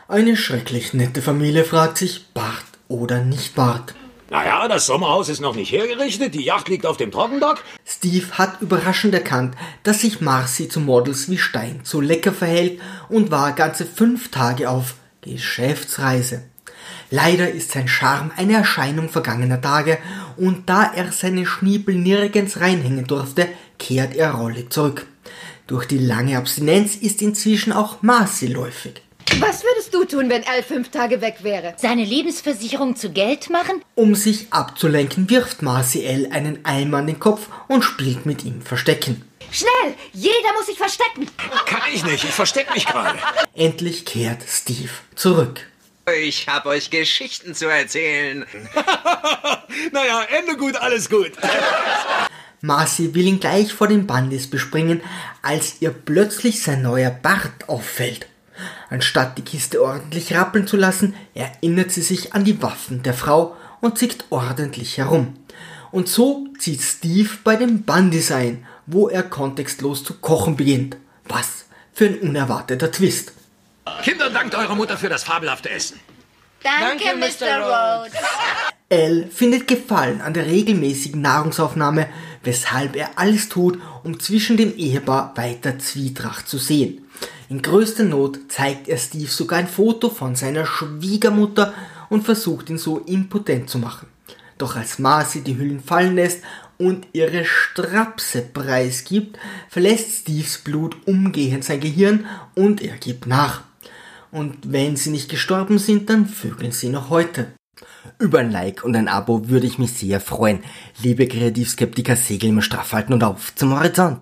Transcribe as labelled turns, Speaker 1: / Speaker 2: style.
Speaker 1: Eine schrecklich nette Familie fragt sich, Bart oder nicht Bart.
Speaker 2: Naja, das Sommerhaus ist noch nicht hergerichtet, die Yacht liegt auf dem Trockendock.
Speaker 1: Steve hat überraschend erkannt, dass sich Marcy zu Models wie Stein so lecker verhält und war ganze 5 Tage auf Geschäftsreise. Leider ist sein Charme eine Erscheinung vergangener Tage und da er seine Schniepel nirgends reinhängen durfte, kehrt er rollig zurück. Durch die lange Abstinenz ist inzwischen auch Marcy läufig.
Speaker 3: Was würdest du tun, wenn Al 5 Tage weg wäre?
Speaker 4: Seine Lebensversicherung zu Geld machen?
Speaker 1: Um sich abzulenken, wirft Marcy L einen Eimer an den Kopf und spielt mit ihm Verstecken.
Speaker 3: Schnell! Jeder muss sich verstecken!
Speaker 2: Kann ich nicht, ich verstecke mich gerade.
Speaker 1: Endlich kehrt Steve zurück.
Speaker 5: Ich hab euch Geschichten zu erzählen.
Speaker 2: Naja, Ende gut, alles gut.
Speaker 1: Marcy will ihn gleich vor den Bandits bespringen, als ihr plötzlich sein neuer Bart auffällt. Anstatt die Kiste ordentlich rappeln zu lassen, erinnert sie sich an die Waffen der Frau und zickt ordentlich herum. Und so zieht Steve bei den Bandits ein, wo er kontextlos zu kochen beginnt. Was für ein unerwarteter Twist.
Speaker 2: Kinder, dankt eurer Mutter für das fabelhafte Essen.
Speaker 4: Danke, Mr. Rhodes.
Speaker 1: Al findet Gefallen an der regelmäßigen Nahrungsaufnahme, weshalb er alles tut, um zwischen dem Ehepaar weiter Zwietracht zu sehen. In größter Not zeigt er Steve sogar ein Foto von seiner Schwiegermutter und versucht ihn so impotent zu machen. Doch als Marcy die Hüllen fallen lässt und ihre Strapse preisgibt, verlässt Steves Blut umgehend sein Gehirn und er gibt nach. Und wenn sie nicht gestorben sind, dann vögeln sie noch heute. Über ein Like und ein Abo würde ich mich sehr freuen. Liebe Kreativskeptiker, Segel immer straff halten und auf zum Horizont.